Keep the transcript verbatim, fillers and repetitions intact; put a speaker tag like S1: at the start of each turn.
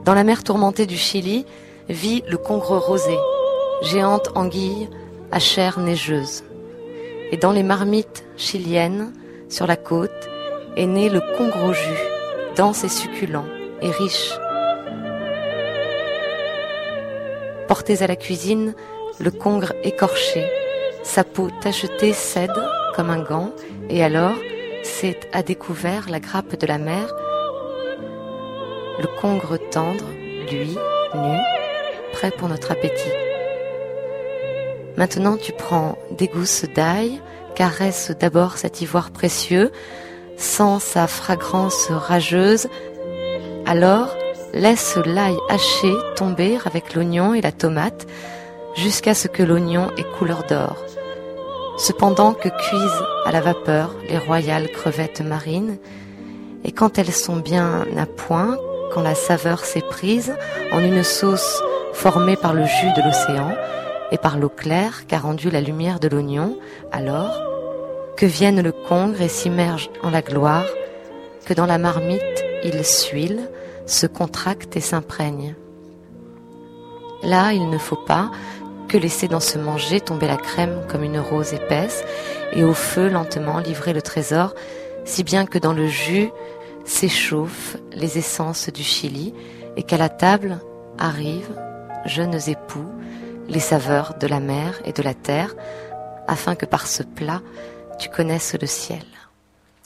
S1: Dans la mer tourmentée du Chili vit le congre rosé, géante anguille à chair neigeuse. Et dans les marmites chiliennes, sur la côte, est né le congre au jus, dense et succulent et riche. Portés à la cuisine, le congre écorché, sa peau tachetée cède comme un gant, et alors c'est à découvert la grappe de la mer, le congre tendre, lui, nu, prêt pour notre appétit. Maintenant tu prends des gousses d'ail, caresse d'abord cet ivoire précieux, sens sa fragrance rageuse, alors laisse l'ail haché tomber avec l'oignon et la tomate jusqu'à ce que l'oignon ait couleur d'or. Cependant que cuisent à la vapeur les royales crevettes marines, et quand elles sont bien à point, quand la saveur s'est prise en une sauce formée par le jus de l'océan et par l'eau claire qu'a rendue la lumière de l'oignon, alors que vienne le congre et s'immerge en la gloire, que dans la marmite il suile, se contracte et s'imprègne. Là, il ne faut pas que laisser dans ce manger tomber la crème comme une rose épaisse et au feu lentement livrer le trésor, si bien que dans le jus s'échauffent les essences du Chili et qu'à la table arrivent, jeunes époux, les saveurs de la mer et de la terre, afin que par ce plat tu connaisses le ciel.